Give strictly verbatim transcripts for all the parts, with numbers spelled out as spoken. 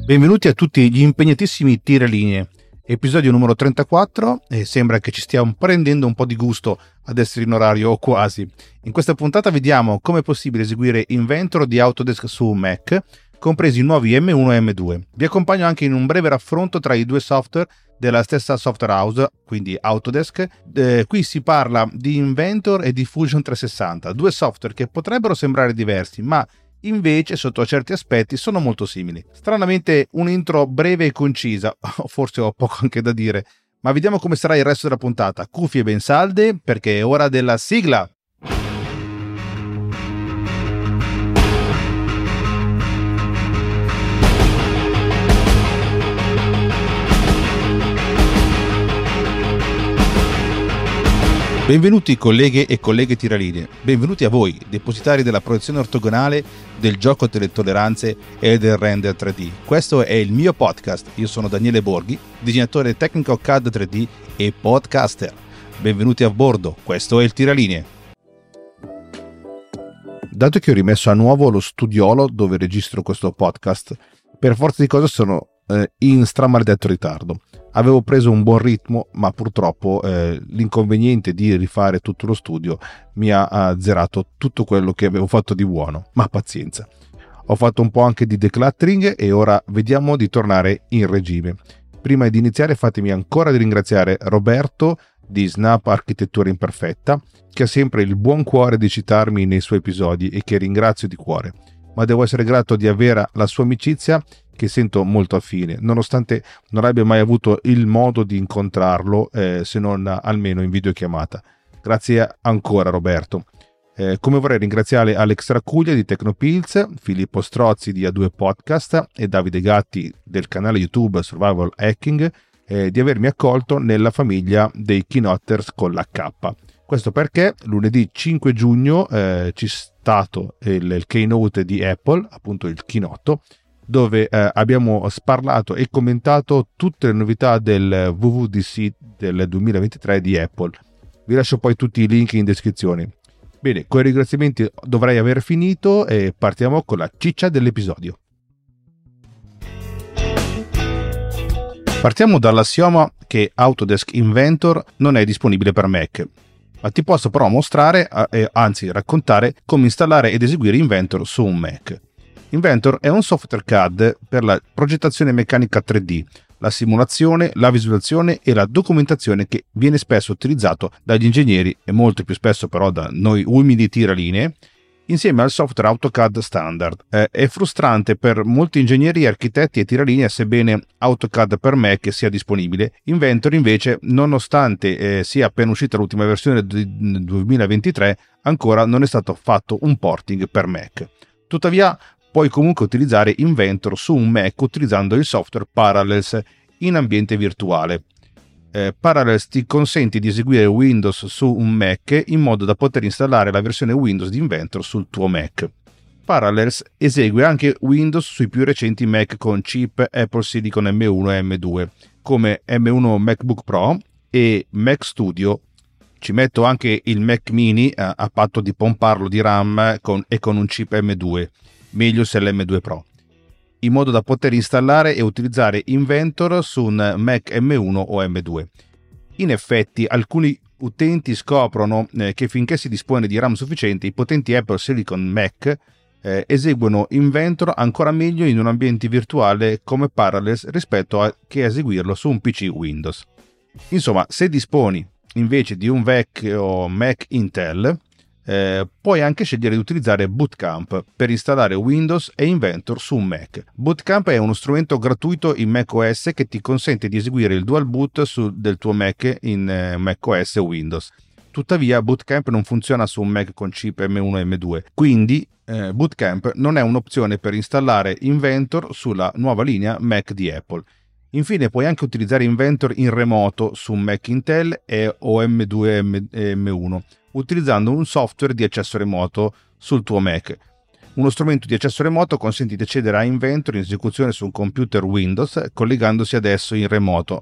Benvenuti a tutti gli impegnatissimi tiralinee, episodio numero trentaquattro, e sembra che ci stiamo prendendo un po' di gusto ad essere in orario o quasi. In questa puntata vediamo come è possibile eseguire Inventor di Autodesk su un Mac, compresi i nuovi M uno e M due. Vi accompagno anche in un breve raffronto tra i due software della stessa software house, quindi Autodesk. Eh, qui si parla di Inventor e di Fusion trecentosessanta, due software che potrebbero sembrare diversi, ma invece sotto certi aspetti sono molto simili. Stranamente un intro breve e concisa, forse ho poco anche da dire, ma vediamo come sarà il resto della puntata. Cuffie ben salde perché è ora della sigla. Benvenuti colleghe e colleghe tiralinee, benvenuti a voi, depositari della proiezione ortogonale, del gioco delle tolleranze e del render tre D. Questo è il mio podcast, io sono Daniele Borghi, disegnatore tecnico C A D tre D e podcaster. Benvenuti a bordo, questo è il Tiralinee. Dato che ho rimesso a nuovo lo studiolo dove registro questo podcast, per forza di cose sono eh, in stramaledetto ritardo. Avevo preso un buon ritmo, ma purtroppo eh, l'inconveniente di rifare tutto lo studio mi ha azzerato tutto quello che avevo fatto di buono, ma pazienza. Ho fatto un po' anche di decluttering e ora vediamo di tornare in regime. Prima di iniziare fatemi ancora di ringraziare Roberto di Snap Architettura Imperfetta, che ha sempre il buon cuore di citarmi nei suoi episodi e che ringrazio di cuore, ma devo essere grato di avere la sua amicizia che sento molto affine, nonostante non abbia mai avuto il modo di incontrarlo, eh, se non almeno in videochiamata. Grazie ancora Roberto. Eh, come vorrei ringraziare Alex Tracuglia di Tecnopills, Filippo Strozzi di A due Podcast e Davide Gatti del canale YouTube Survival Hacking eh, di avermi accolto nella famiglia dei Keynotters con la K. Questo perché lunedì cinque giugno eh, ci è stato il, il keynote di Apple, appunto il Keynote, dove eh, abbiamo parlato e commentato tutte le novità del W W D C del duemilaventitré di Apple. Vi lascio poi tutti i link in descrizione. Bene, con i ringraziamenti dovrei aver finito e partiamo con la ciccia dell'episodio. Partiamo dall'assioma che Autodesk Inventor non è disponibile per Mac, ma ti posso però mostrare, eh, anzi raccontare, come installare ed eseguire Inventor su un Mac. Inventor è un software C A D per la progettazione meccanica tre D, la simulazione, la visualizzazione e la documentazione che viene spesso utilizzato dagli ingegneri e molto più spesso però da noi umili tiralinee, insieme al software AutoCAD standard. Eh, è frustrante per molti ingegneri, architetti e tiralinee sebbene AutoCAD per Mac sia disponibile. Inventor invece, nonostante eh, sia appena uscita l'ultima versione del duemilaventitré, ancora non è stato fatto un porting per Mac. Tuttavia, puoi comunque utilizzare Inventor su un Mac utilizzando il software Parallels in ambiente virtuale. Eh, Parallels ti consente di eseguire Windows su un Mac in modo da poter installare la versione Windows di Inventor sul tuo Mac. Parallels esegue anche Windows sui più recenti Mac con chip Apple Silicon M uno e M due, come M uno MacBook Pro e Mac Studio. Ci metto anche il Mac Mini eh, a patto di pomparlo di RAM con, e con un chip M due. Meglio se l'M due Pro, in modo da poter installare e utilizzare Inventor su un Mac M uno o M due. In effetti, alcuni utenti scoprono eh, che finché si dispone di RAM sufficiente, i potenti Apple Silicon Mac eh, eseguono Inventor ancora meglio in un ambiente virtuale come Parallels rispetto a che eseguirlo su un P C Windows. Insomma, se disponi invece di un vecchio Mac Intel, Eh, puoi anche scegliere di utilizzare Bootcamp per installare Windows e Inventor su un Mac. Bootcamp è uno strumento gratuito in macOS che ti consente di eseguire il dual boot su, del tuo Mac in eh, macOS e Windows. Tuttavia Bootcamp non funziona su un Mac con chip M uno e M due, quindi eh, Bootcamp non è un'opzione per installare Inventor sulla nuova linea Mac di Apple. Infine puoi anche utilizzare Inventor in remoto su un Mac Intel e o M due e M uno, utilizzando un software di accesso remoto sul tuo Mac. Uno strumento di accesso remoto consente di accedere a Inventor in esecuzione su un computer Windows collegandosi ad esso in remoto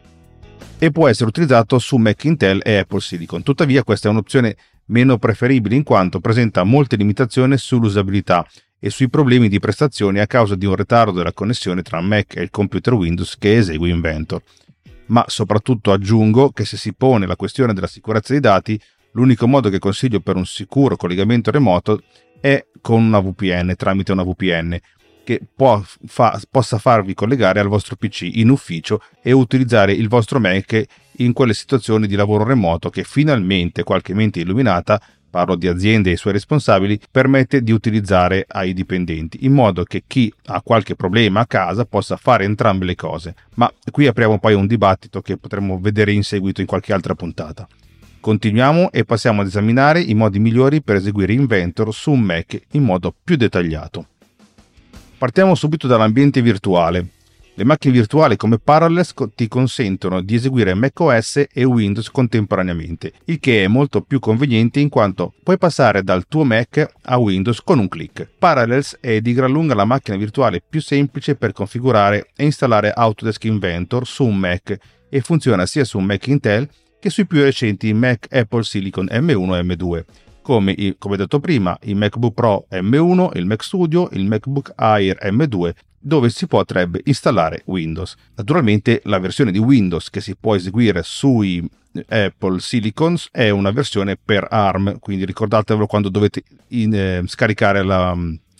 e può essere utilizzato su Mac Intel e Apple Silicon. Tuttavia questa è un'opzione meno preferibile in quanto presenta molte limitazioni sull'usabilità e sui problemi di prestazioni a causa di un ritardo della connessione tra Mac e il computer Windows che esegue Inventor. Ma soprattutto aggiungo che se si pone la questione della sicurezza dei dati, l'unico modo che consiglio per un sicuro collegamento remoto è con una V P N, tramite una V P N, che può fa, possa farvi collegare al vostro P C in ufficio e utilizzare il vostro Mac in quelle situazioni di lavoro remoto che finalmente qualche mente illuminata, parlo di aziende e i suoi responsabili, permette di utilizzare ai dipendenti, in modo che chi ha qualche problema a casa possa fare entrambe le cose. Ma qui apriamo poi un dibattito che potremo vedere in seguito in qualche altra puntata. Continuiamo e passiamo ad esaminare i modi migliori per eseguire Inventor su un Mac in modo più dettagliato. Partiamo subito dall'ambiente virtuale. Le macchine virtuali come Parallels ti consentono di eseguire macOS e Windows contemporaneamente, il che è molto più conveniente in quanto puoi passare dal tuo Mac a Windows con un click. Parallels è di gran lunga la macchina virtuale più semplice per configurare e installare Autodesk Inventor su un Mac e funziona sia su un Mac Intel che sui più recenti Mac Apple Silicon M uno e M due, come, il, come detto prima il MacBook Pro M uno, il Mac Studio, il MacBook Air M due, dove si potrebbe installare Windows. Naturalmente la versione di Windows che si può eseguire sui Apple Silicons è una versione per A R M, quindi ricordatevelo quando dovete in, eh, scaricare la,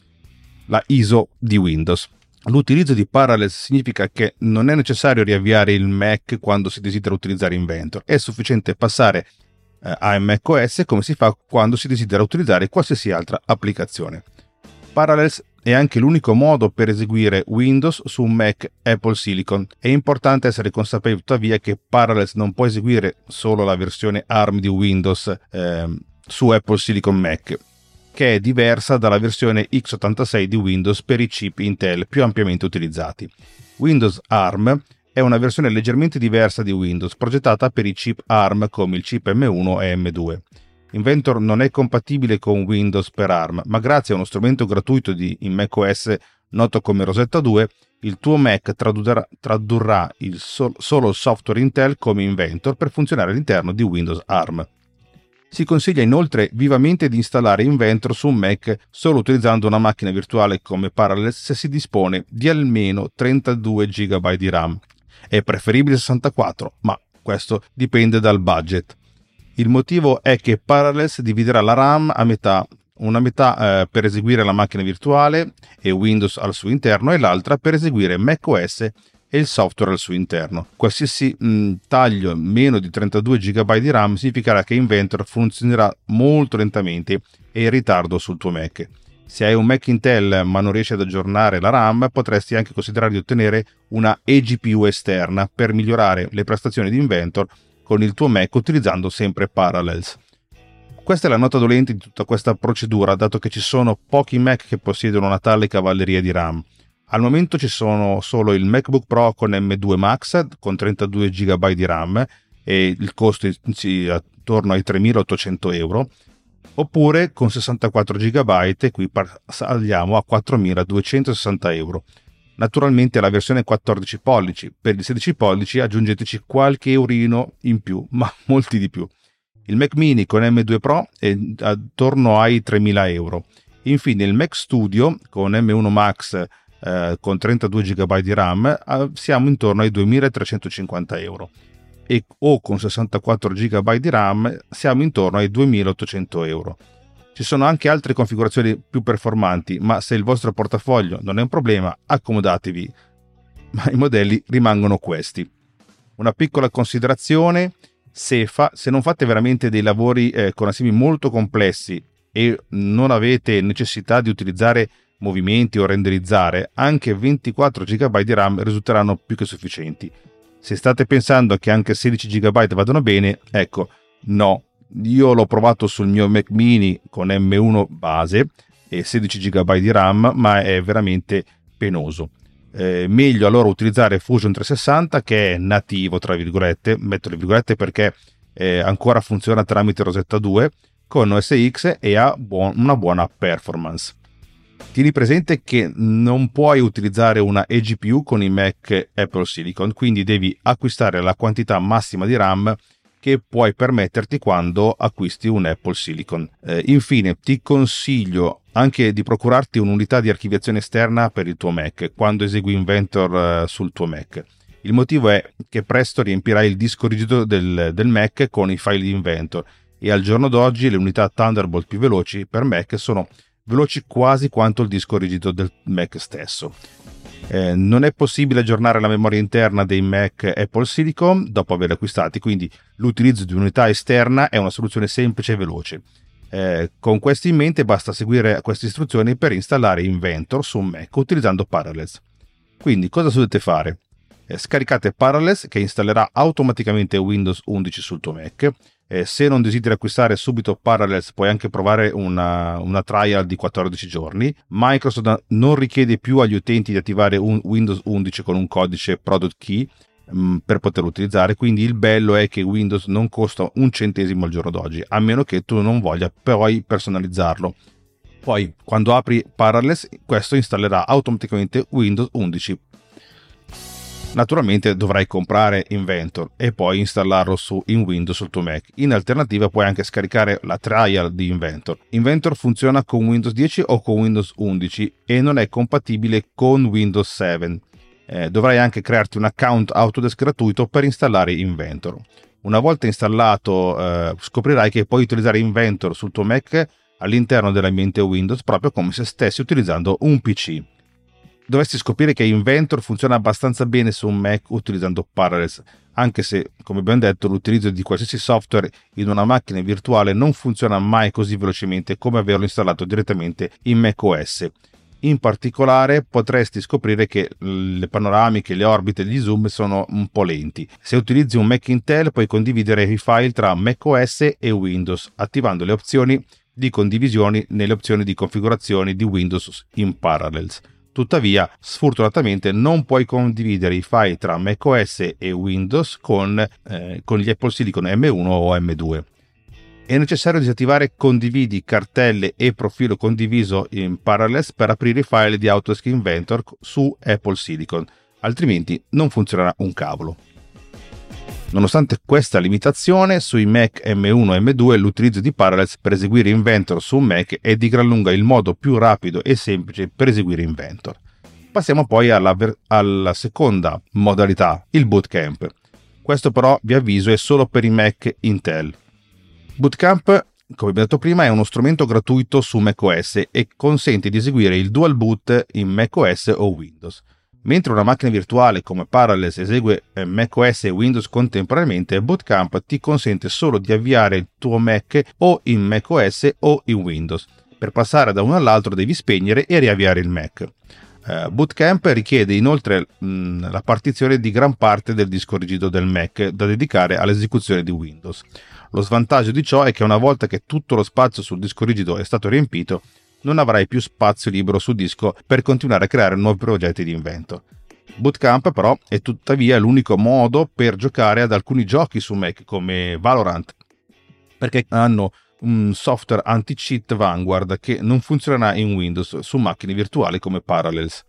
la I S O di Windows. L'utilizzo di Parallels significa che non è necessario riavviare il Mac quando si desidera utilizzare Inventor, è sufficiente passare eh, a macOS come si fa quando si desidera utilizzare qualsiasi altra applicazione. Parallels è anche l'unico modo per eseguire Windows su un Mac Apple Silicon. È importante essere consapevoli tuttavia che Parallels non può eseguire solo la versione A R M di Windows eh, su Apple Silicon Mac, che è diversa dalla versione x ottantasei di Windows per i chip Intel più ampiamente utilizzati. Windows A R M è una versione leggermente diversa di Windows, progettata per i chip A R M come il chip M uno e M due. Inventor non è compatibile con Windows per A R M, ma grazie a uno strumento gratuito di, in macOS noto come Rosetta due, il tuo Mac tradurrà, tradurrà il sol, solo il software Intel come Inventor per funzionare all'interno di Windows A R M. Si consiglia inoltre vivamente di installare Inventor su un Mac solo utilizzando una macchina virtuale come Parallels se si dispone di almeno trentadue giga byte di RAM. È preferibile sessantaquattro, ma questo dipende dal budget. Il motivo è che Parallels dividerà la RAM a metà, una metà eh, per eseguire la macchina virtuale e Windows al suo interno e l'altra per eseguire macOS e il software al suo interno. Qualsiasi mh, taglio meno di trentadue giga byte di RAM significherà che Inventor funzionerà molto lentamente e in ritardo sul tuo Mac. Se hai un Mac Intel ma non riesci ad aggiornare la RAM, potresti anche considerare di ottenere una eGPU esterna per migliorare le prestazioni di Inventor con il tuo Mac utilizzando sempre Parallels. Questa è la nota dolente di tutta questa procedura, dato che ci sono pochi Mac che possiedono una tale cavalleria di RAM. Al momento ci sono solo il MacBook Pro con M due Max con trentadue giga byte di RAM e il costo è attorno ai tremilaottocento euro, oppure con sessantaquattro giga byte e qui saliamo a quattromiladuecentosessanta euro. Naturalmente la versione quattordici pollici, per il sedici pollici aggiungeteci qualche eurino in più, ma molti di più. Il Mac Mini con M due Pro è attorno ai tremila euro. Infine il Mac Studio con M uno Max eh, con trentadue giga byte di RAM eh, siamo intorno ai duemilatrecentocinquanta euro e o con sessantaquattro giga byte di RAM siamo intorno ai duemilaottocento euro. Ci sono anche altre configurazioni più performanti, ma se il vostro portafoglio non è un problema, accomodatevi, ma i modelli rimangono questi. Una piccola considerazione: se, fa, se non fate veramente dei lavori eh, con assembly molto complessi e non avete necessità di utilizzare movimenti o renderizzare, anche ventiquattro giga byte di RAM risulteranno più che sufficienti. Se state pensando che anche sedici giga byte vadano bene, ecco, no. Io l'ho provato sul mio Mac Mini con M uno base e sedici giga byte di RAM, ma è veramente penoso. Eh, meglio allora utilizzare Fusion trecentosessanta, che è nativo tra virgolette, metto le virgolette perché eh, ancora funziona tramite Rosetta due con O S X e ha buon, una buona performance. Tieni presente che non puoi utilizzare una eGPU con i Mac Apple Silicon, quindi devi acquistare la quantità massima di RAM che puoi permetterti quando acquisti un Apple Silicon. Eh, infine, ti consiglio anche di procurarti un'unità di archiviazione esterna per il tuo Mac quando esegui Inventor eh, sul tuo Mac. Il motivo è che presto riempirai il disco rigido del, del Mac con i file di Inventor, e al giorno d'oggi le unità Thunderbolt più veloci per Mac sono veloci quasi quanto il disco rigido del Mac stesso. Eh, non è possibile aggiornare la memoria interna dei Mac Apple Silicon dopo averli acquistati, quindi l'utilizzo di un'unità esterna è una soluzione semplice e veloce. Eh, con questo in mente basta seguire queste istruzioni per installare Inventor su un Mac utilizzando Parallels. Quindi cosa dovete fare? Eh, scaricate Parallels, che installerà automaticamente Windows undici sul tuo Mac. Eh, se non desideri acquistare subito Parallels, puoi anche provare una, una trial di quattordici giorni. Microsoft non richiede più agli utenti di attivare un Windows undici con un codice product key mh, per poterlo utilizzare, quindi il bello è che Windows non costa un centesimo al giorno d'oggi, a meno che tu non voglia poi personalizzarlo. Poi quando apri Parallels, questo installerà automaticamente Windows undici. Naturalmente dovrai comprare Inventor e poi installarlo su in Windows sul tuo Mac. In alternativa puoi anche scaricare la trial di Inventor. Inventor funziona con Windows dieci o con Windows undici e non è compatibile con Windows sette. Eh, dovrai anche crearti un account Autodesk gratuito per installare Inventor. Una volta installato eh, scoprirai che puoi utilizzare Inventor sul tuo Mac all'interno dell'ambiente Windows proprio come se stessi utilizzando un P C. Dovresti scoprire che Inventor funziona abbastanza bene su un Mac utilizzando Parallels, anche se, come abbiamo detto, l'utilizzo di qualsiasi software in una macchina virtuale non funziona mai così velocemente come averlo installato direttamente in macOS. In particolare potresti scoprire che le panoramiche, le orbite e gli zoom sono un po' lenti. Se utilizzi un Mac Intel puoi condividere i file tra macOS e Windows, attivando le opzioni di condivisione nelle opzioni di configurazione di Windows in Parallels. Tuttavia, sfortunatamente non puoi condividere i file tra macOS e Windows con, eh, con gli Apple Silicon M uno o M due. È necessario disattivare condividi, cartelle e profilo condiviso in Parallels per aprire i file di Autodesk Inventor su Apple Silicon, altrimenti non funzionerà un cavolo. Nonostante questa limitazione, sui Mac M uno e M due l'utilizzo di Parallels per eseguire Inventor su un Mac è di gran lunga il modo più rapido e semplice per eseguire Inventor. Passiamo poi alla, ver- alla seconda modalità, il Bootcamp. Questo però, vi avviso, è solo per i Mac Intel. Bootcamp, come abbiamo detto prima, è uno strumento gratuito su macOS e consente di eseguire il dual boot in macOS o Windows. Mentre una macchina virtuale come Parallels esegue macOS e Windows contemporaneamente, Bootcamp ti consente solo di avviare il tuo Mac o in macOS o in Windows. Per passare da uno all'altro devi spegnere e riavviare il Mac. Uh, Bootcamp richiede inoltre mh, la partizione di gran parte del disco rigido del Mac da dedicare all'esecuzione di Windows. Lo svantaggio di ciò è che una volta che tutto lo spazio sul disco rigido è stato riempito, non avrai più spazio libero sul disco per continuare a creare nuovi progetti di Inventor. Bootcamp però è tuttavia l'unico modo per giocare ad alcuni giochi su Mac come Valorant, perché hanno un software anti-cheat Vanguard che non funzionerà in Windows su macchine virtuali come Parallels.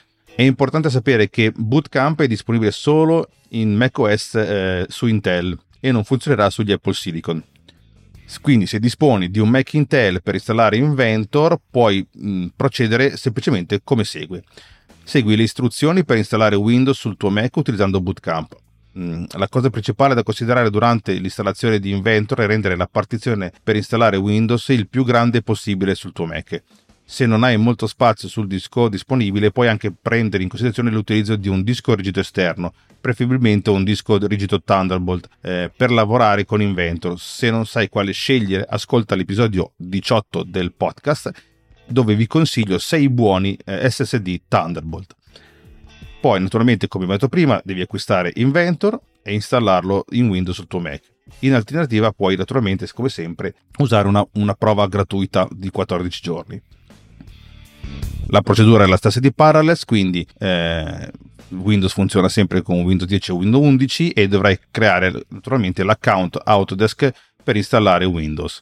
È importante sapere che Bootcamp è disponibile solo in macOS eh, su Intel e non funzionerà sugli Apple Silicon. Quindi se disponi di un Mac Intel per installare Inventor puoi mh, procedere semplicemente come segue. Segui le istruzioni per installare Windows sul tuo Mac utilizzando Bootcamp. Mh, la cosa principale da considerare durante l'installazione di Inventor è rendere la partizione per installare Windows il più grande possibile sul tuo Mac. Se non hai molto spazio sul disco disponibile, puoi anche prendere in considerazione l'utilizzo di un disco rigido esterno, preferibilmente un disco rigido Thunderbolt, eh, per lavorare con Inventor. Se non sai quale scegliere, ascolta l'episodio diciotto del podcast, dove vi consiglio sei buoni eh, S S D Thunderbolt. Poi, naturalmente, come abbiamo detto prima, devi acquistare Inventor e installarlo in Windows sul tuo Mac. In alternativa, puoi naturalmente, come sempre, usare una, una prova gratuita di quattordici giorni. La procedura è la stessa di Parallels, quindi eh, Windows funziona sempre con Windows dieci o Windows undici e dovrai creare naturalmente l'account Autodesk per installare Windows.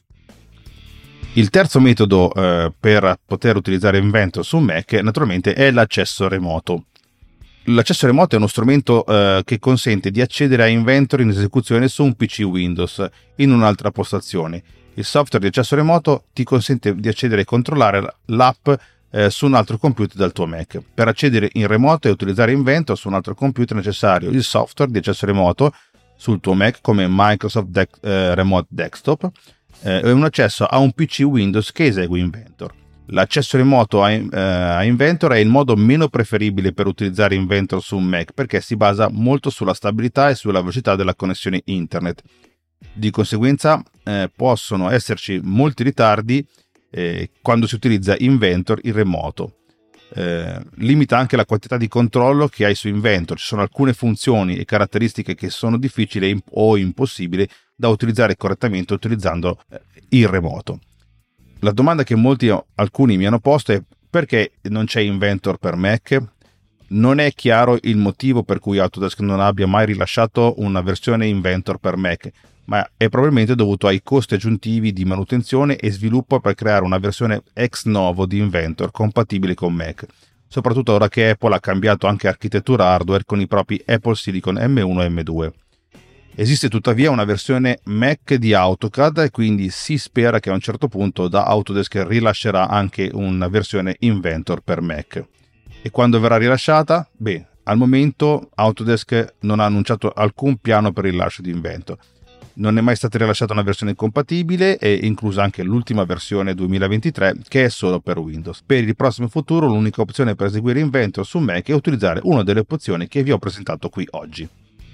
Il terzo metodo eh, per poter utilizzare Inventor su Mac naturalmente è l'accesso remoto. L'accesso remoto è uno strumento eh, che consente di accedere a Inventor in esecuzione su un P C Windows in un'altra postazione. Il software di accesso remoto ti consente di accedere e controllare l'app eh, su un altro computer dal tuo Mac. Per accedere in remoto e utilizzare Inventor su un altro computer è necessario il software di accesso remoto sul tuo Mac come Microsoft De- eh, Remote Desktop eh, e un accesso a un P C Windows che esegue Inventor. L'accesso remoto a, eh, a Inventor è il modo meno preferibile per utilizzare Inventor su un Mac perché si basa molto sulla stabilità e sulla velocità della connessione internet. Di conseguenza eh, possono esserci molti ritardi eh, quando si utilizza Inventor in remoto. Eh, limita anche la quantità di controllo che hai su Inventor. Ci sono alcune funzioni e caratteristiche che sono difficili o impossibili da utilizzare correttamente utilizzando eh, il remoto. La domanda che molti, alcuni mi hanno posto è: perché non c'è Inventor per Mac? Non è chiaro il motivo per cui Autodesk non abbia mai rilasciato una versione Inventor per Mac, ma è probabilmente dovuto ai costi aggiuntivi di manutenzione e sviluppo per creare una versione ex novo di Inventor compatibile con Mac, soprattutto ora che Apple ha cambiato anche architettura hardware con i propri Apple Silicon M uno e M due. Esiste tuttavia una versione Mac di AutoCAD e quindi si spera che a un certo punto da Autodesk rilascerà anche una versione Inventor per Mac. E quando verrà rilasciata? Beh, al momento Autodesk non ha annunciato alcun piano per il rilascio di Inventor. Non è mai stata rilasciata una versione compatibile e inclusa anche l'ultima versione duemilaventitré che è solo per Windows. Per il prossimo futuro l'unica opzione per eseguire Inventor su Mac è utilizzare una delle opzioni che vi ho presentato qui oggi.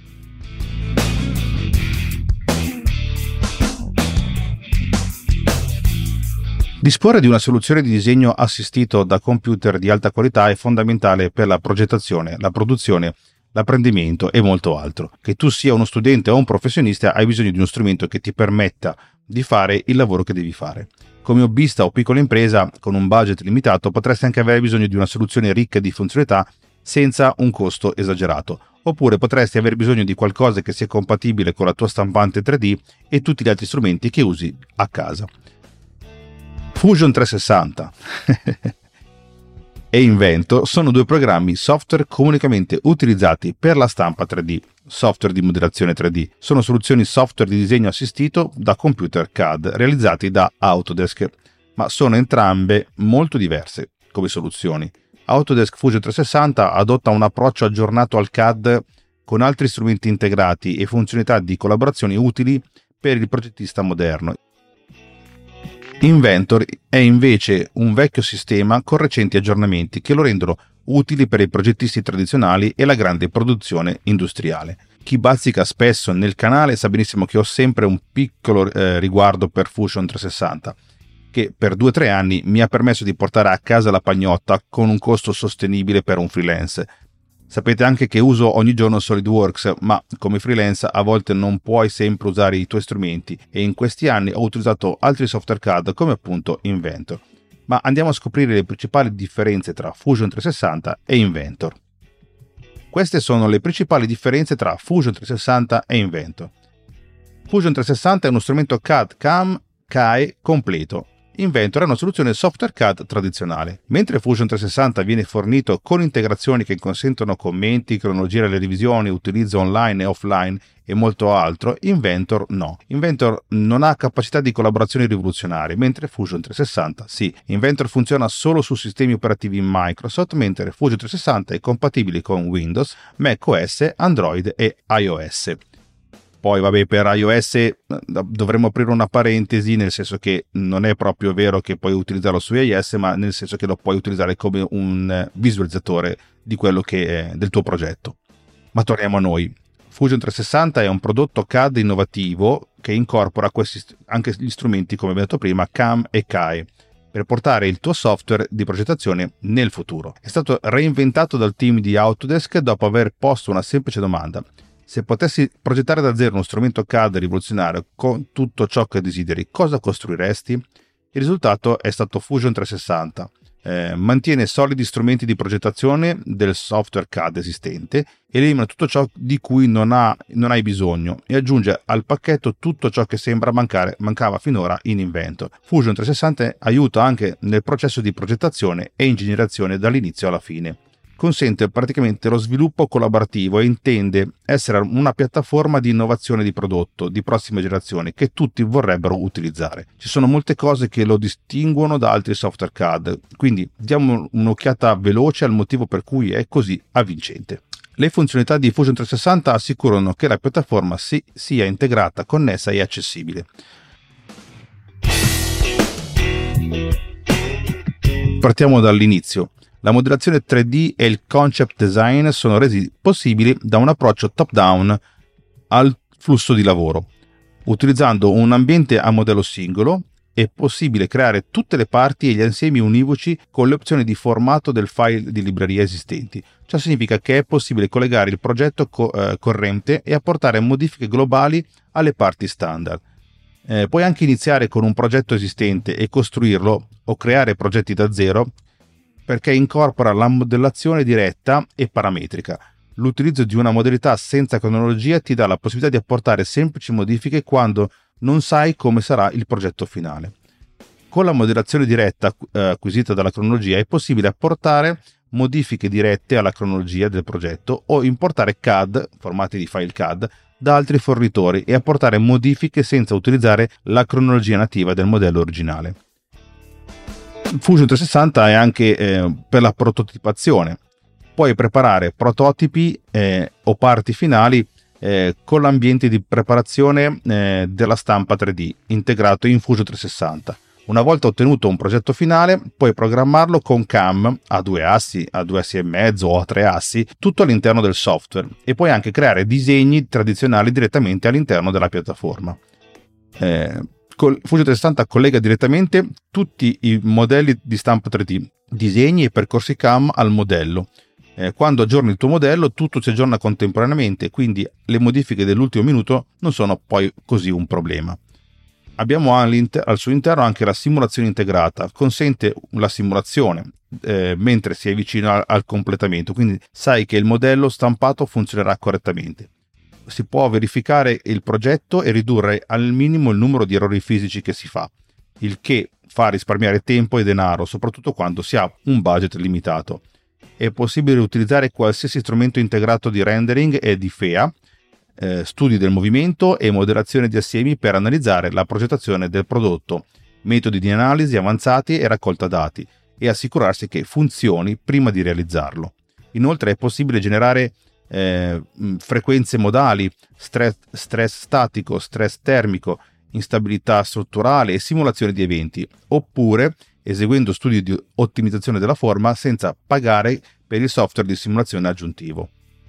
Disporre di una soluzione di disegno assistito da computer di alta qualità è fondamentale per la progettazione, la produzione, l'apprendimento e molto altro. Che tu sia uno studente o un professionista, hai bisogno di uno strumento che ti permetta di fare il lavoro che devi fare. Come hobbista o piccola impresa con un budget limitato potresti anche avere bisogno di una soluzione ricca di funzionalità senza un costo esagerato. Oppure potresti aver bisogno di qualcosa che sia compatibile con la tua stampante tre D e tutti gli altri strumenti che usi a casa. Fusion trecentosessanta e Inventor sono due programmi software comunemente utilizzati per la stampa tre D, software di modellazione tre D. Sono soluzioni software di disegno assistito da computer C A D realizzati da Autodesk, ma sono entrambe molto diverse come soluzioni. Autodesk Fusion trecentosessanta adotta un approccio aggiornato al C A D con altri strumenti integrati e funzionalità di collaborazione utili per il progettista moderno. Inventor è invece un vecchio sistema con recenti aggiornamenti che lo rendono utili per i progettisti tradizionali e la grande produzione industriale. Chi bazzica spesso nel canale sa benissimo che ho sempre un piccolo eh, riguardo per Fusion trecentosessanta, che per due o tre anni mi ha permesso di portare a casa la pagnotta con un costo sostenibile per un freelance. Sapete anche che uso ogni giorno SolidWorks, ma come freelance a volte non puoi sempre usare i tuoi strumenti e in questi anni ho utilizzato altri software C A D come appunto Inventor. Ma andiamo a scoprire le principali differenze tra Fusion trecentosessanta e Inventor. Queste sono le principali differenze tra Fusion trecentosessanta e Inventor. Fusion trecentosessanta è uno strumento C A D C A M C A E completo. Inventor è una soluzione software C A D tradizionale. Mentre Fusion trecentosessanta viene fornito con integrazioni che consentono commenti, cronologia delle revisioni, utilizzo online e offline e molto altro, Inventor no. Inventor non ha capacità di collaborazione rivoluzionarie, mentre Fusion trecentosessanta sì. Inventor funziona solo su sistemi operativi Microsoft, mentre Fusion trecentosessanta è compatibile con Windows, macOS, Android e iOS. Poi vabbè, per iOS dovremmo aprire una parentesi, nel senso che non è proprio vero che puoi utilizzarlo su iOS, ma nel senso che lo puoi utilizzare come un visualizzatore di quello che è del tuo progetto. Ma torniamo a noi. Fusion trecentosessanta è un prodotto C A D innovativo che incorpora questi, anche gli strumenti, come abbiamo detto prima, C A M e C A E, per portare il tuo software di progettazione nel futuro. È stato reinventato dal team di Autodesk dopo aver posto una semplice domanda: se potessi progettare da zero uno strumento C A D rivoluzionario con tutto ciò che desideri, cosa costruiresti? Il risultato è stato Fusion trecentosessanta. Eh, mantiene solidi strumenti di progettazione del software C A D esistente, elimina tutto ciò di cui non, ha, non hai bisogno e aggiunge al pacchetto tutto ciò che sembra mancare, mancava finora in Inventor. Fusion trecentosessanta aiuta anche nel processo di progettazione e ingegnerizzazione dall'inizio alla fine. consente praticamente lo sviluppo collaborativo e intende essere una piattaforma di innovazione di prodotto di prossima generazione che tutti vorrebbero utilizzare. Ci sono molte cose che lo distinguono da altri software C A D, quindi diamo un'occhiata veloce al motivo per cui è così avvincente. Le funzionalità di Fusion trecentosessanta assicurano che la piattaforma si, sia integrata, connessa e accessibile. Partiamo dall'inizio. La modellazione tre D e il concept design sono resi possibili da un approccio top-down al flusso di lavoro. Utilizzando un ambiente a modello singolo è possibile creare tutte le parti e gli insiemi univoci con le opzioni di formato del file di libreria esistenti. Ciò significa che è possibile collegare il progetto co- eh, corrente e apportare modifiche globali alle parti standard. Eh, puoi anche iniziare con un progetto esistente e costruirlo o creare progetti da zero, perché incorpora la modellazione diretta e parametrica. L'utilizzo di una modalità senza cronologia ti dà la possibilità di apportare semplici modifiche quando non sai come sarà il progetto finale. Con la modellazione diretta eh, acquisita dalla cronologia è possibile apportare modifiche dirette alla cronologia del progetto o importare C A D, formati di file C A D, da altri fornitori e apportare modifiche senza utilizzare la cronologia nativa del modello originale. Fusion trecentosessanta è anche eh, per la prototipazione. Puoi preparare prototipi eh, o parti finali eh, con l'ambiente di preparazione eh, della stampa tre D integrato in Fusion trecentosessanta. Una volta ottenuto un progetto finale, puoi programmarlo con C A M a due assi, a due assi e mezzo o a tre assi, tutto all'interno del software, e puoi anche creare disegni tradizionali direttamente all'interno della piattaforma. Eh, Fusion trecentosessanta collega direttamente tutti i modelli di stampa tre D, disegni e percorsi C A M al modello. Eh, quando aggiorni il tuo modello, tutto si aggiorna contemporaneamente, quindi le modifiche dell'ultimo minuto non sono poi così un problema. Abbiamo al suo interno anche la simulazione integrata, consente la simulazione eh, mentre si è vicino al, al completamento, quindi sai che il modello stampato funzionerà correttamente. Si può verificare il progetto e ridurre al minimo il numero di errori fisici che si fa, il che fa risparmiare tempo e denaro, soprattutto quando si ha un budget limitato. È possibile utilizzare qualsiasi strumento integrato di rendering e di F E A, eh, studi del movimento e modellazione di assiemi per analizzare la progettazione del prodotto, metodi di analisi avanzati e raccolta dati, e assicurarsi che funzioni prima di realizzarlo. Inoltre è possibile generare Eh, frequenze modali, stress, stress statico, stress termico, instabilità strutturale e simulazione di eventi, oppure eseguendo studi di ottimizzazione della forma senza pagare per il software di simulazione aggiuntivo.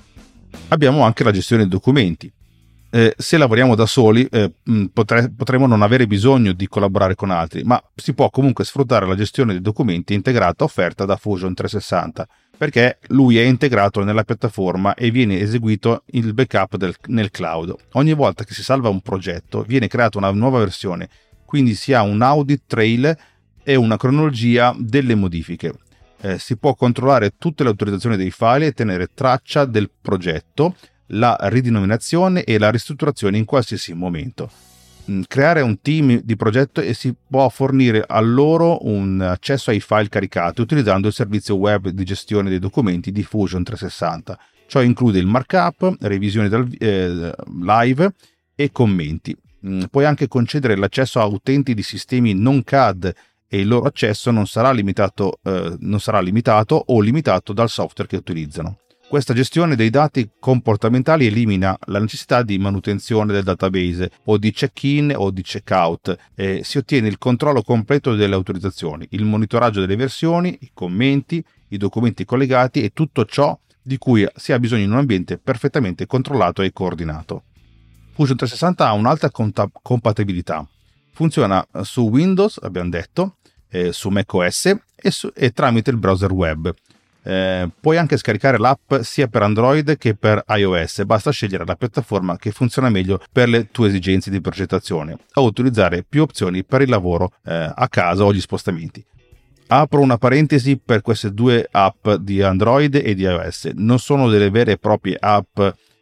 Abbiamo anche la gestione dei documenti. Eh, se lavoriamo da soli eh, potre, potremo non avere bisogno di collaborare con altri, ma si può comunque sfruttare la gestione dei documenti integrata offerta da Fusion trecentosessanta, perché lui è integrato nella piattaforma e viene eseguito il backup del, nel cloud. Ogni volta che si salva un progetto viene creata una nuova versione, quindi si ha un audit trail e una cronologia delle modifiche. Eh, si può controllare tutte le autorizzazioni dei file e tenere traccia del progetto, la ridenominazione e la ristrutturazione in qualsiasi momento. Creare un team di progetto e si può fornire a loro un accesso ai file caricati utilizzando il servizio web di gestione dei documenti di Fusion trecentosessanta. Ciò include il markup, revisioni dal, eh, live e commenti. Puoi anche concedere l'accesso a utenti di sistemi non C A D e il loro accesso non sarà limitato, eh, non sarà limitato o limitato dal software che utilizzano. Questa gestione dei dati comportamentali elimina la necessità di manutenzione del database o di check-in o di check-out e si ottiene il controllo completo delle autorizzazioni, il monitoraggio delle versioni, i commenti, i documenti collegati e tutto ciò di cui si ha bisogno in un ambiente perfettamente controllato e coordinato. Fusion trecentosessanta ha un'alta cont- compatibilità. Funziona su Windows, abbiamo detto, eh, su macOS e, su, e tramite il browser web. Eh, puoi anche scaricare l'app sia per Android che per iOS, basta scegliere la piattaforma che funziona meglio per le tue esigenze di progettazione o utilizzare più opzioni per il lavoro eh, a casa o gli spostamenti. Apro una parentesi per queste due app di Android e di iOS, non sono delle vere e proprie app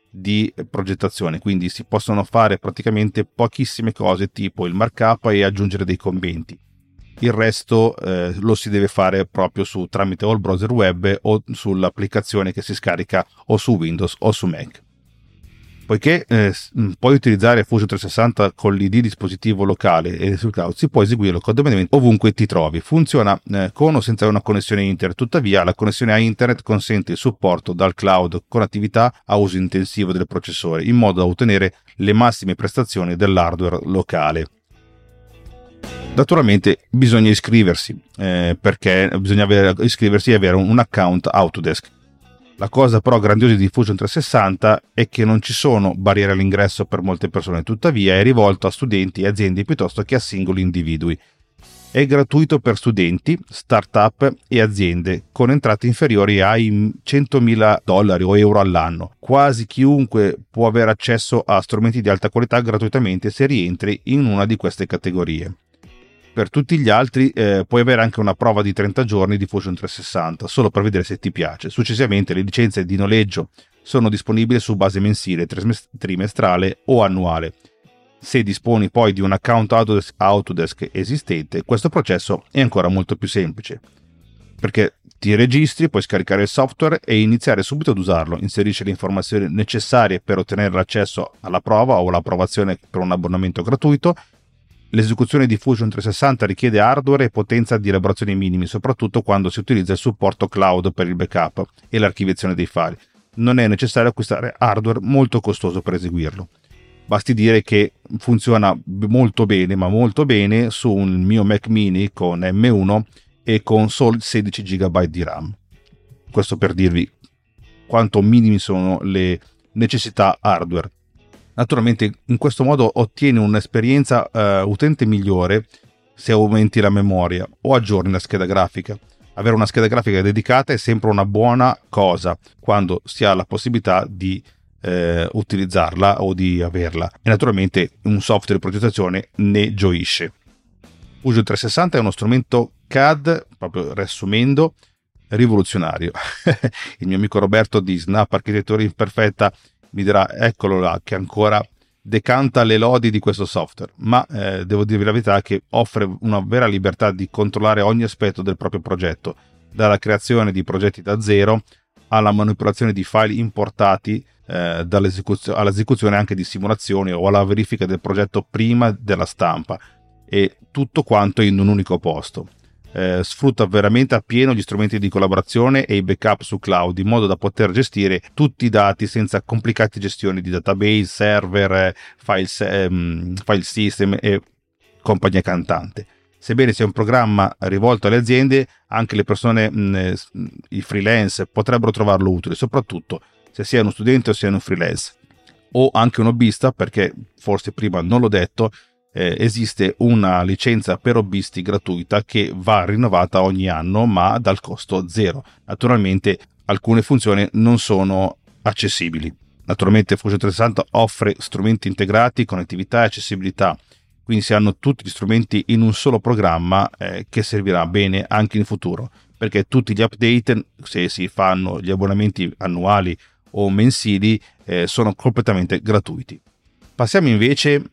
di progettazione, quindi si possono fare praticamente pochissime cose tipo il markup e aggiungere dei commenti. il resto eh, lo si deve fare proprio su tramite o il browser web o sull'applicazione che si scarica o su Windows o su Mac. Poiché eh, puoi utilizzare Fusion trecentosessanta con l'I D dispositivo locale e sul cloud, si può eseguirlo comodamente ovunque ti trovi. Funziona eh, con o senza una connessione internet, tuttavia la connessione a internet consente il supporto dal cloud con attività a uso intensivo del processore, in modo da ottenere le massime prestazioni dell'hardware locale. Naturalmente bisogna iscriversi, eh, perché bisogna avere, iscriversi e avere un, un account Autodesk. La cosa però grandiosa di Fusion trecentosessanta è che non ci sono barriere all'ingresso per molte persone, tuttavia è rivolto a studenti e aziende piuttosto che a singoli individui. È gratuito per studenti, start-up e aziende con entrate inferiori ai centomila dollari o euro all'anno. Quasi chiunque può avere accesso a strumenti di alta qualità gratuitamente se rientri in una di queste categorie. Per tutti gli altri eh, puoi avere anche una prova di trenta giorni di Fusion trecentosessanta, solo per vedere se ti piace. Successivamente le licenze di noleggio sono disponibili su base mensile, trimestrale o annuale. Se disponi poi di un account Autodesk, Autodesk esistente, questo processo è ancora molto più semplice, perché ti registri, puoi scaricare il software e iniziare subito ad usarlo. Inserisci le informazioni necessarie per ottenere l'accesso alla prova o l'approvazione per un abbonamento gratuito. L'esecuzione di Fusion trecentosessanta richiede hardware e potenza di elaborazione minimi, soprattutto quando si utilizza il supporto cloud per il backup e l'archiviazione dei file. Non è necessario acquistare hardware molto costoso per eseguirlo. Basti dire che funziona molto bene, ma molto bene, su un mio Mac mini con M uno e con solo sedici giga byte di RAM. Questo per dirvi quanto minimi sono le necessità hardware. Naturalmente in questo modo ottieni un'esperienza uh, utente migliore se aumenti la memoria o aggiorni la scheda grafica. Avere una scheda grafica dedicata è sempre una buona cosa quando si ha la possibilità di eh, utilizzarla o di averla, e naturalmente un software di progettazione ne gioisce. Fusion trecentosessanta è uno strumento C A D, proprio riassumendo, rivoluzionario. Il mio amico Roberto di Snap Architettura Imperfetta mi dirà eccolo là che ancora decanta le lodi di questo software, ma eh, devo dirvi la verità che offre una vera libertà di controllare ogni aspetto del proprio progetto, dalla creazione di progetti da zero alla manipolazione di file importati, eh, dall'esecuzio- all'esecuzione anche di simulazioni o alla verifica del progetto prima della stampa, e tutto quanto in un unico posto. Eh, sfrutta veramente appieno gli strumenti di collaborazione e i backup su cloud, in modo da poter gestire tutti i dati senza complicate gestioni di database, server, file, um, file system e compagnia cantante. Sebbene sia un programma rivolto alle aziende, anche le persone, mh, i freelance, potrebbero trovarlo utile, soprattutto se sia uno studente o sia un freelance o anche un hobbista, perché forse prima non l'ho detto. Eh, esiste una licenza per hobbisti gratuita che va rinnovata ogni anno, ma dal costo zero. Naturalmente alcune funzioni non sono accessibili. Naturalmente Fusion trecentosessanta offre strumenti integrati, connettività e accessibilità, quindi si hanno tutti gli strumenti in un solo programma eh, che servirà bene anche in futuro, perché tutti gli update, se si fanno gli abbonamenti annuali o mensili, eh, sono completamente gratuiti. Passiamo invece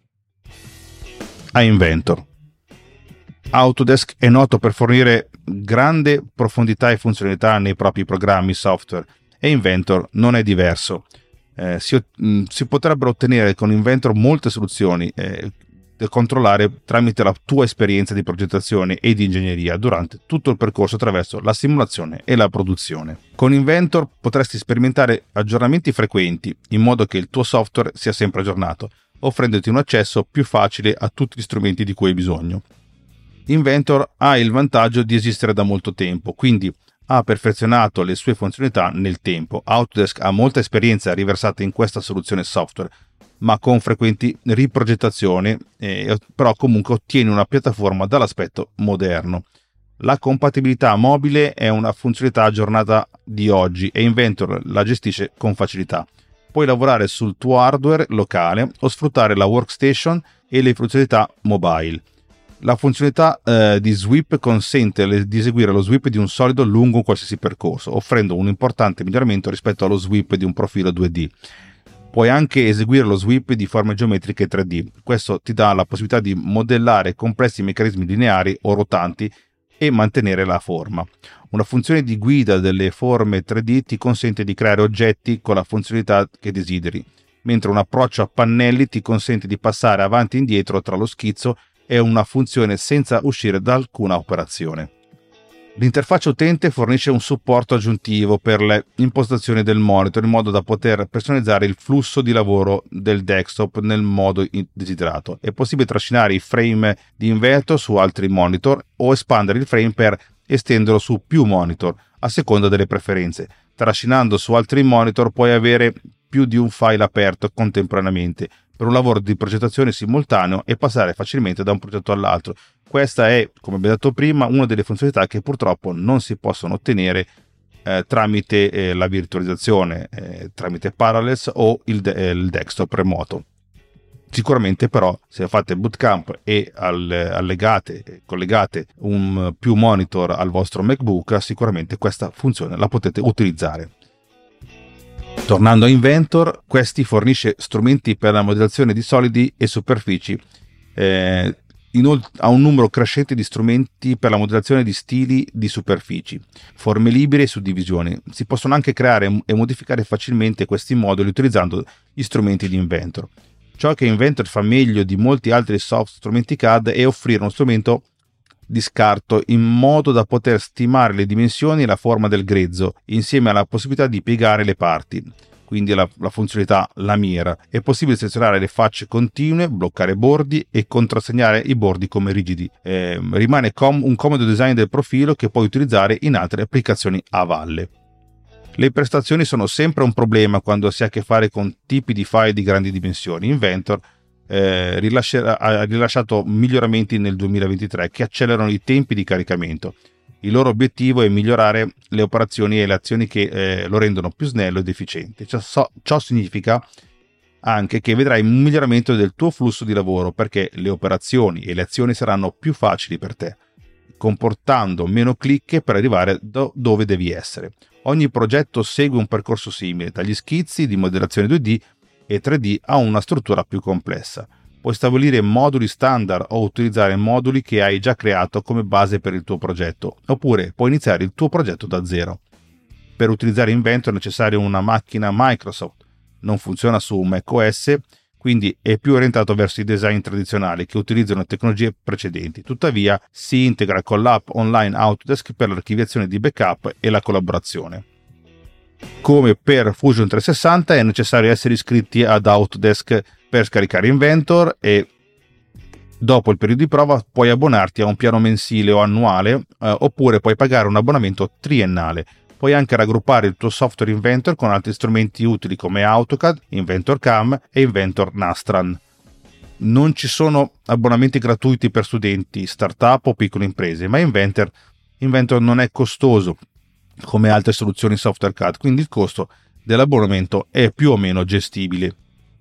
a Inventor. Autodesk è noto per fornire grande profondità e funzionalità nei propri programmi software, e Inventor non è diverso. Eh, si, mh, si potrebbero ottenere con Inventor molte soluzioni eh, da controllare tramite la tua esperienza di progettazione e di ingegneria durante tutto il percorso attraverso la simulazione e la produzione. Con Inventor potresti sperimentare aggiornamenti frequenti in modo che il tuo software sia sempre aggiornato, offrendoti un accesso più facile a tutti gli strumenti di cui hai bisogno. Inventor ha il vantaggio di esistere da molto tempo, quindi ha perfezionato le sue funzionalità nel tempo. Autodesk ha molta esperienza riversata in questa soluzione software, ma con frequenti riprogettazioni, eh, però comunque ottieni una piattaforma dall'aspetto moderno. La compatibilità mobile è una funzionalità aggiornata di oggi e Inventor la gestisce con facilità. Puoi lavorare sul tuo hardware locale o sfruttare la workstation e le funzionalità mobile. La funzionalità eh, di sweep consente le, di eseguire lo sweep di un solido lungo un qualsiasi percorso, offrendo un importante miglioramento rispetto allo sweep di un profilo due D. Puoi anche eseguire lo sweep di forme geometriche tre D. Questo ti dà la possibilità di modellare complessi meccanismi lineari o rotanti e mantenere la forma. Una funzione di guida delle forme tre D ti consente di creare oggetti con la funzionalità che desideri, mentre un approccio a pannelli ti consente di passare avanti e indietro tra lo schizzo e una funzione senza uscire da alcuna operazione. L'interfaccia utente fornisce un supporto aggiuntivo per le impostazioni del monitor in modo da poter personalizzare il flusso di lavoro del desktop nel modo desiderato. È possibile trascinare i frame di Inventor su altri monitor o espandere il frame per estenderlo su più monitor a seconda delle preferenze. Trascinando su altri monitor puoi avere più di un file aperto contemporaneamente per un lavoro di progettazione simultaneo e passare facilmente da un progetto all'altro. Questa è, come abbiamo detto prima, una delle funzionalità che purtroppo non si possono ottenere eh, tramite eh, la virtualizzazione, eh, tramite Parallels o il, de- eh, il desktop remoto. Sicuramente però se fate bootcamp e al, allegate, collegate un più monitor al vostro MacBook, sicuramente questa funzione la potete utilizzare. Tornando a Inventor, questi fornisce strumenti per la modellazione di solidi e superfici, eh, inoltre ha un numero crescente di strumenti per la modellazione di stili di superfici, forme libere e suddivisioni. Si possono anche creare e modificare facilmente questi moduli utilizzando gli strumenti di Inventor. Ciò che Inventor fa meglio di molti altri soft strumenti C A D è offrire uno strumento di scarto in modo da poter stimare le dimensioni e la forma del grezzo insieme alla possibilità di piegare le parti, quindi la, la funzionalità lamiera. È possibile selezionare le facce continue, bloccare bordi e contrassegnare i bordi come rigidi. Eh, rimane com- un comodo design del profilo che puoi utilizzare in altre applicazioni a valle. Le prestazioni sono sempre un problema quando si ha a che fare con tipi di file di grandi dimensioni. Inventor eh, rilascerà, ha rilasciato miglioramenti nel duemilaventitré che accelerano i tempi di caricamento. Il loro obiettivo è migliorare le operazioni e le azioni che eh, lo rendono più snello ed efficiente. Ciò, so, ciò significa anche che vedrai un miglioramento del tuo flusso di lavoro perché le operazioni e le azioni saranno più facili per te, comportando meno clic per arrivare do- dove devi essere. Ogni progetto segue un percorso simile, dagli schizzi di modellazione due D e tre D a una struttura più complessa. Puoi stabilire moduli standard o utilizzare moduli che hai già creato come base per il tuo progetto, oppure puoi iniziare il tuo progetto da zero. Per utilizzare Inventor è necessaria una macchina Microsoft. Non funziona su macOS, quindi è più orientato verso i design tradizionali che utilizzano tecnologie precedenti. Tuttavia si integra con l'app online Autodesk per l'archiviazione di backup e la collaborazione. Come per Fusion trecentosessanta è necessario essere iscritti ad Autodesk per scaricare Inventor e dopo il periodo di prova puoi abbonarti a un piano mensile o annuale eh, oppure puoi pagare un abbonamento triennale. Puoi anche raggruppare il tuo software Inventor con altri strumenti utili come AutoCAD, Inventor C A M e Inventor Nastran. Non ci sono abbonamenti gratuiti per studenti, startup o piccole imprese, ma Inventor, Inventor non è costoso come altre soluzioni software C A D, quindi il costo dell'abbonamento è più o meno gestibile.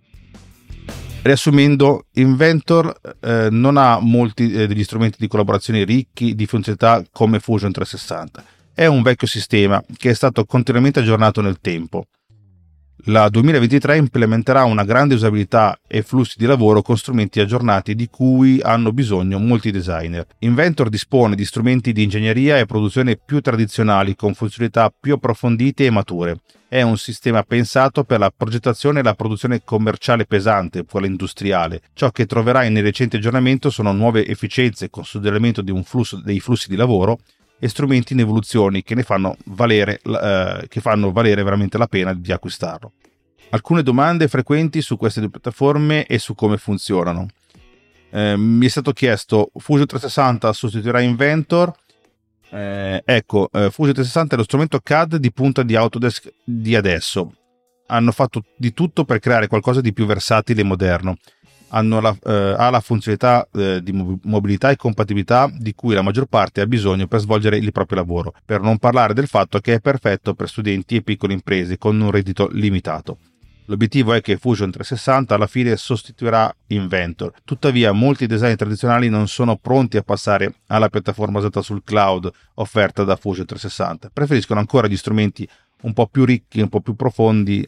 Riassumendo, Inventor eh, non ha molti eh, degli strumenti di collaborazione ricchi di funzionalità come Fusion trecentosessanta. È un vecchio sistema che è stato continuamente aggiornato nel tempo. La duemilaventitré implementerà una grande usabilità e flussi di lavoro con strumenti aggiornati di cui hanno bisogno molti designer. Inventor dispone di strumenti di ingegneria e produzione più tradizionali con funzionalità più approfondite e mature. È un sistema pensato per la progettazione e la produzione commerciale pesante, quella industriale. Ciò che troverai nel recente aggiornamento sono nuove efficienze, consolidamento di un flusso dei flussi di lavoro e strumenti in evoluzioni che ne fanno valere, eh, che fanno valere veramente la pena di acquistarlo. Alcune domande frequenti su queste due piattaforme e su come funzionano. Eh, mi è stato chiesto: Fusion trecentosessanta sostituirà Inventor? Eh, ecco, eh, Fusion trecentosessanta è lo strumento C A D di punta di Autodesk di adesso. Hanno fatto di tutto per creare qualcosa di più versatile e moderno. Hanno la, eh, ha la funzionalità eh, di mobilità e compatibilità di cui la maggior parte ha bisogno per svolgere il proprio lavoro, per non parlare del fatto che è perfetto per studenti e piccole imprese con un reddito limitato. L'obiettivo è che Fusion trecentosessanta alla fine sostituirà Inventor. Tuttavia molti design tradizionali non sono pronti a passare alla piattaforma basata sul cloud offerta da Fusion trecentosessanta. Preferiscono ancora gli strumenti un po' più ricchi, un po' più profondi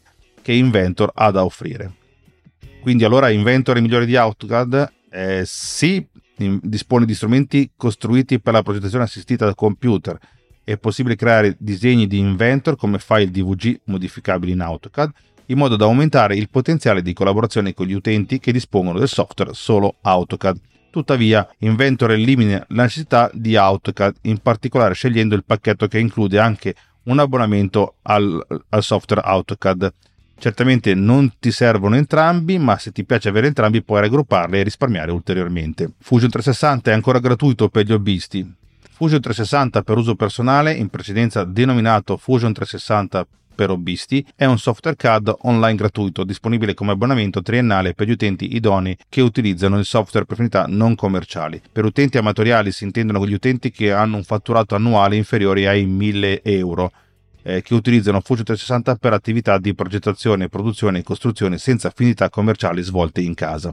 che Inventor ha da offrire. Quindi allora Inventor è migliore di AutoCAD? Eh, sì, in, dispone di strumenti costruiti per la progettazione assistita dal computer. È possibile creare disegni di Inventor come file D V G modificabili in AutoCAD, in modo da aumentare il potenziale di collaborazione con gli utenti che dispongono del software solo AutoCAD. Tuttavia, Inventor elimina la necessità di AutoCAD, in particolare scegliendo il pacchetto che include anche un abbonamento al, al software AutoCAD. Certamente non ti servono entrambi, ma se ti piace avere entrambi puoi raggrupparli e risparmiare ulteriormente. Fusion trecentosessanta è ancora gratuito per gli hobbisti. Fusion trecentosessanta per uso personale, in precedenza denominato Fusion trecentosessanta per hobbisti, è un software C A D online gratuito disponibile come abbonamento triennale per gli utenti idonei che utilizzano il software per finalità non commerciali. Per utenti amatoriali si intendono gli utenti che hanno un fatturato annuale inferiore ai mille euro, eh, che utilizzano Fusion trecentosessanta per attività di progettazione, produzione e costruzione senza finalità commerciali svolte in casa.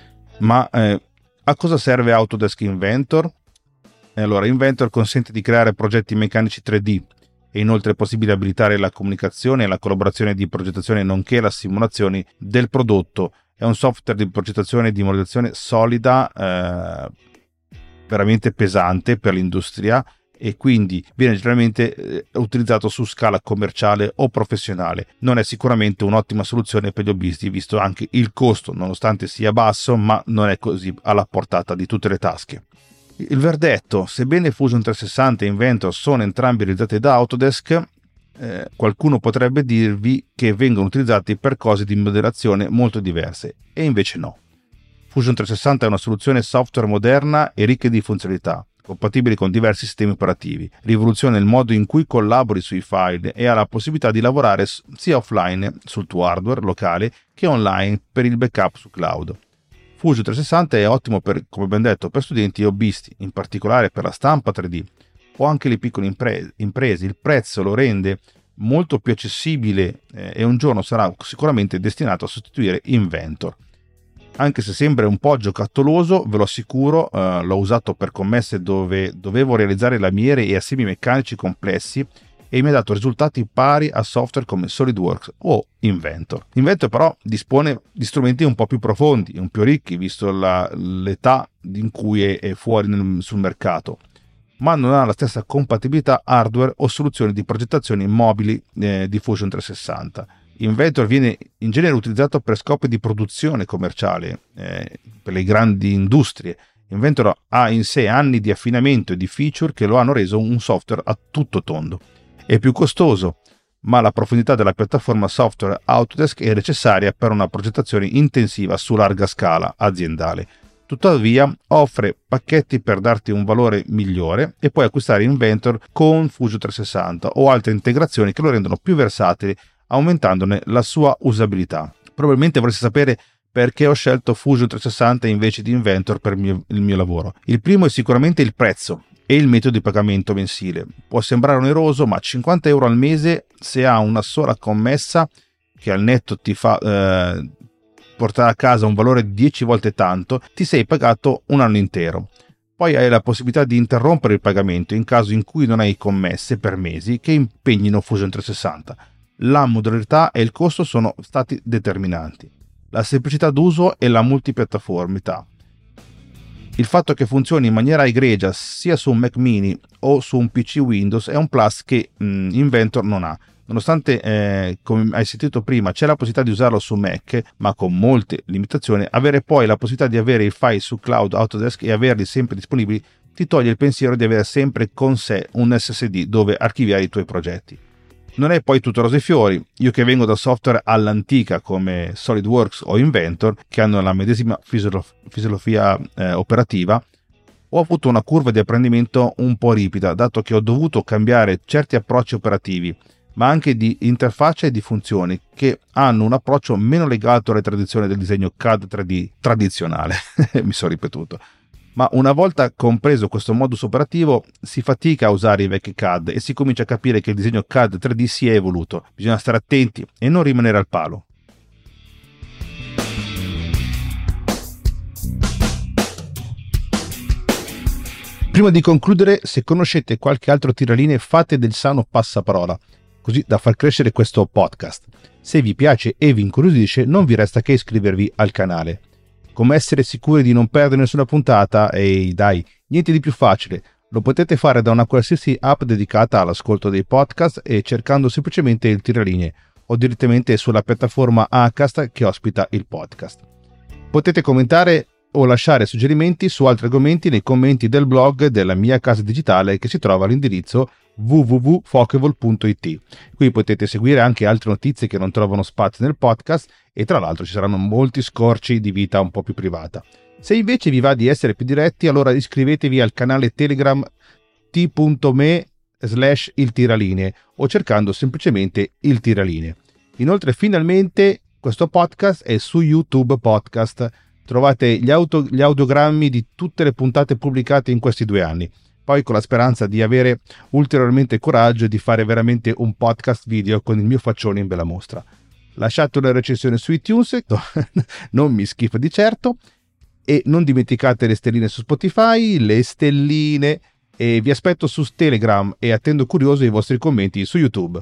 Ma eh, a cosa serve Autodesk Inventor? E allora, Inventor consente di creare progetti meccanici tre D. È inoltre possibile abilitare la comunicazione e la collaborazione di progettazione nonché la simulazione del prodotto. È un software di progettazione e di modellazione solida, eh, veramente pesante per l'industria, e quindi viene generalmente eh, utilizzato su scala commerciale o professionale. Non è sicuramente un'ottima soluzione per gli hobbisti, visto anche il costo, nonostante sia basso, ma non è così alla portata di tutte le tasche. Il verdetto: sebbene Fusion trecentosessanta e Inventor sono entrambi realizzati da Autodesk, eh, qualcuno potrebbe dirvi che vengono utilizzati per cose di modellazione molto diverse, e invece no. Fusion trecentosessanta è una soluzione software moderna e ricca di funzionalità, compatibili con diversi sistemi operativi, rivoluziona il modo in cui collabori sui file e ha la possibilità di lavorare sia offline sul tuo hardware locale che online per il backup su cloud. Fusion trecentosessanta è ottimo per, come ben detto, per studenti e hobbisti, in particolare per la stampa tre D o anche le piccole imprese. imprese. Il prezzo lo rende molto più accessibile eh, e un giorno sarà sicuramente destinato a sostituire Inventor. Anche se sembra un po' giocattoloso, ve lo assicuro, eh, l'ho usato per commesse dove dovevo realizzare lamiere e assembli meccanici complessi e mi ha dato risultati pari a software come SolidWorks o Inventor. Inventor però dispone di strumenti un po' più profondi, un più ricchi, visto la, l'età in cui è, è fuori nel, sul mercato, ma non ha la stessa compatibilità hardware o soluzioni di progettazione mobili eh, di Fusion trecentosessanta. Inventor viene in genere utilizzato per scopi di produzione commerciale, eh, per le grandi industrie. Inventor ha in sé anni di affinamento e di feature che lo hanno reso un software a tutto tondo. È più costoso, ma la profondità della piattaforma software Autodesk è necessaria per una progettazione intensiva su larga scala aziendale. Tuttavia offre pacchetti per darti un valore migliore e puoi acquistare Inventor con Fusion trecentosessanta o altre integrazioni che lo rendono più versatile, aumentandone la sua usabilità. Probabilmente vorreste sapere perché ho scelto Fusion trecentosessanta invece di Inventor per il mio, il mio lavoro. Il primo è sicuramente il prezzo e il metodo di pagamento mensile. Può sembrare oneroso, ma cinquanta euro al mese, se ha una sola commessa che al netto ti fa eh, portare a casa un valore dieci volte tanto, ti sei pagato un anno intero. Poi hai la possibilità di interrompere il pagamento in caso in cui non hai commesse per mesi che impegnino Fusion trecentosessanta. La modularità e il costo sono stati determinanti. La semplicità d'uso e la multipiattaformità. Il fatto che funzioni in maniera egregia sia su un Mac mini o su un P C Windows è un plus che mh, Inventor non ha. Nonostante, eh, come hai sentito prima, c'è la possibilità di usarlo su Mac, ma con molte limitazioni, avere poi la possibilità di avere i file su cloud Autodesk e averli sempre disponibili ti toglie il pensiero di avere sempre con sé un S S D dove archiviare i tuoi progetti. Non è poi tutto rose e fiori. Io che vengo da software all'antica come SolidWorks o Inventor, che hanno la medesima fisiolof- filosofia eh, operativa, ho avuto una curva di apprendimento un po' ripida, dato che ho dovuto cambiare certi approcci operativi, ma anche di interfaccia e di funzioni che hanno un approccio meno legato alle tradizioni del disegno C A D tre D tradizionale. Mi sono ripetuto. Ma una volta compreso questo modus operativo si fatica a usare i vecchi C A D e si comincia a capire che il disegno C A D tre D si è evoluto. Bisogna stare attenti e non rimanere al palo. Prima di concludere, se conoscete qualche altro tiralinee, fate del sano passaparola, così da far crescere questo podcast. Se vi piace e vi incuriosisce, non vi resta che iscrivervi al canale. Come essere sicuri di non perdere nessuna puntata? Ehi dai, niente di più facile. Lo potete fare da una qualsiasi app dedicata all'ascolto dei podcast e cercando semplicemente il tiralinee o direttamente sulla piattaforma Acast che ospita il podcast. Potete commentare o lasciare suggerimenti su altri argomenti nei commenti del blog della mia casa digitale che si trova all'indirizzo w w w punto fokevol punto i t. Qui potete seguire anche altre notizie che non trovano spazio nel podcast e tra l'altro ci saranno molti scorci di vita un po' più privata. Se invece vi va di essere più diretti, allora iscrivetevi al canale Telegram t.me slash il tiralinee o cercando semplicemente il tiralinee. Inoltre finalmente questo podcast è su YouTube Podcast. Trovate gli, auto, gli audiogrammi di tutte le puntate pubblicate in questi due anni. Poi con la speranza di avere ulteriormente coraggio e di fare veramente un podcast video con il mio faccione in bella mostra. Lasciate una recensione su iTunes, non mi schifo di certo, e non dimenticate le stelline su Spotify, le stelline, e vi aspetto su Telegram e attendo curioso i vostri commenti su YouTube.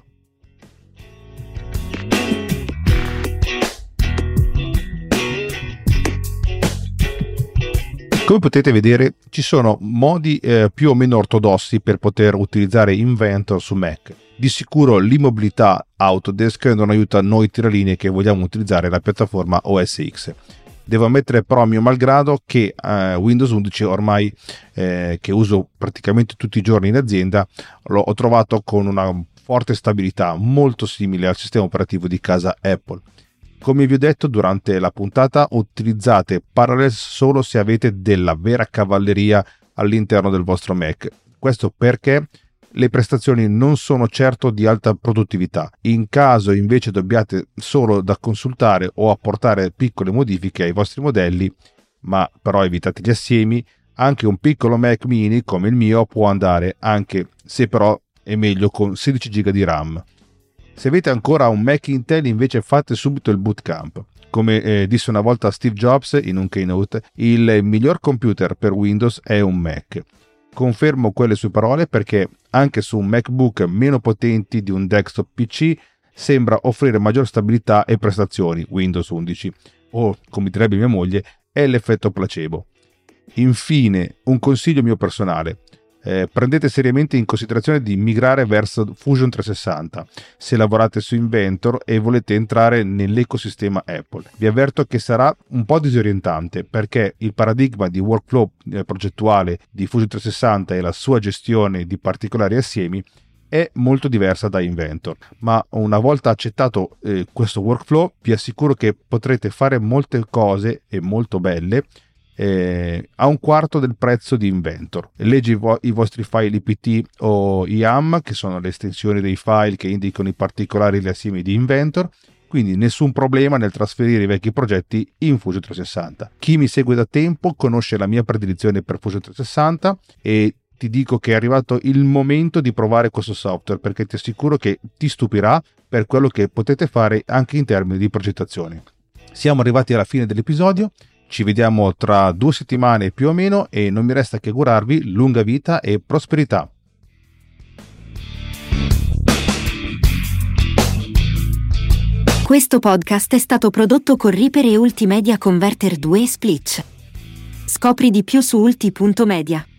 Come potete vedere, ci sono modi eh, più o meno ortodossi per poter utilizzare Inventor su Mac. Di sicuro l'immobilità Autodesk non aiuta noi tiralinee che vogliamo utilizzare la piattaforma O S X. Devo ammettere però a mio malgrado che eh, Windows undici ormai, eh, che uso praticamente tutti i giorni in azienda, l'ho trovato con una forte stabilità, molto simile al sistema operativo di casa Apple. Come vi ho detto durante la puntata, utilizzate Parallels solo se avete della vera cavalleria all'interno del vostro Mac. Questo perché le prestazioni non sono certo di alta produttività. In caso invece dobbiate solo da consultare o apportare piccole modifiche ai vostri modelli, ma però evitate gli assiemi, anche un piccolo Mac mini come il mio può andare, anche se però è meglio con sedici giga di RAM. Se avete ancora un Mac Intel invece fate subito il bootcamp. Come eh, disse una volta Steve Jobs in un keynote, il miglior computer per Windows è un Mac. Confermo quelle sue parole perché anche su un MacBook meno potenti di un desktop P C sembra offrire maggior stabilità e prestazioni Windows undici, o come direbbe mia moglie è l'effetto placebo. Infine un consiglio mio personale. Eh, prendete seriamente in considerazione di migrare verso Fusion trecentosessanta se lavorate su Inventor e volete entrare nell'ecosistema Apple. Vi avverto che sarà un po' disorientante perché il paradigma di workflow eh, progettuale di Fusion trecentosessanta e la sua gestione di particolari assiemi è molto diversa da Inventor, ma una volta accettato eh, questo workflow vi assicuro che potrete fare molte cose e molto belle Eh, a un quarto del prezzo di Inventor. Leggi i, vo- i vostri file I P T o I A M, che sono le estensioni dei file che indicano i particolari degli assiemi di Inventor, quindi nessun problema nel trasferire i vecchi progetti in Fusion trecentosessanta. Chi mi segue da tempo conosce la mia predilezione per Fusion trecentosessanta e ti dico che è arrivato il momento di provare questo software perché ti assicuro che ti stupirà per quello che potete fare anche in termini di progettazione. Siamo arrivati alla fine dell'episodio. Ci vediamo tra due settimane più o meno e non mi resta che augurarvi lunga vita e prosperità. Questo podcast è stato prodotto con Reaper e Ultimedia Converter due Splitch. Scopri di più su ulti punto media.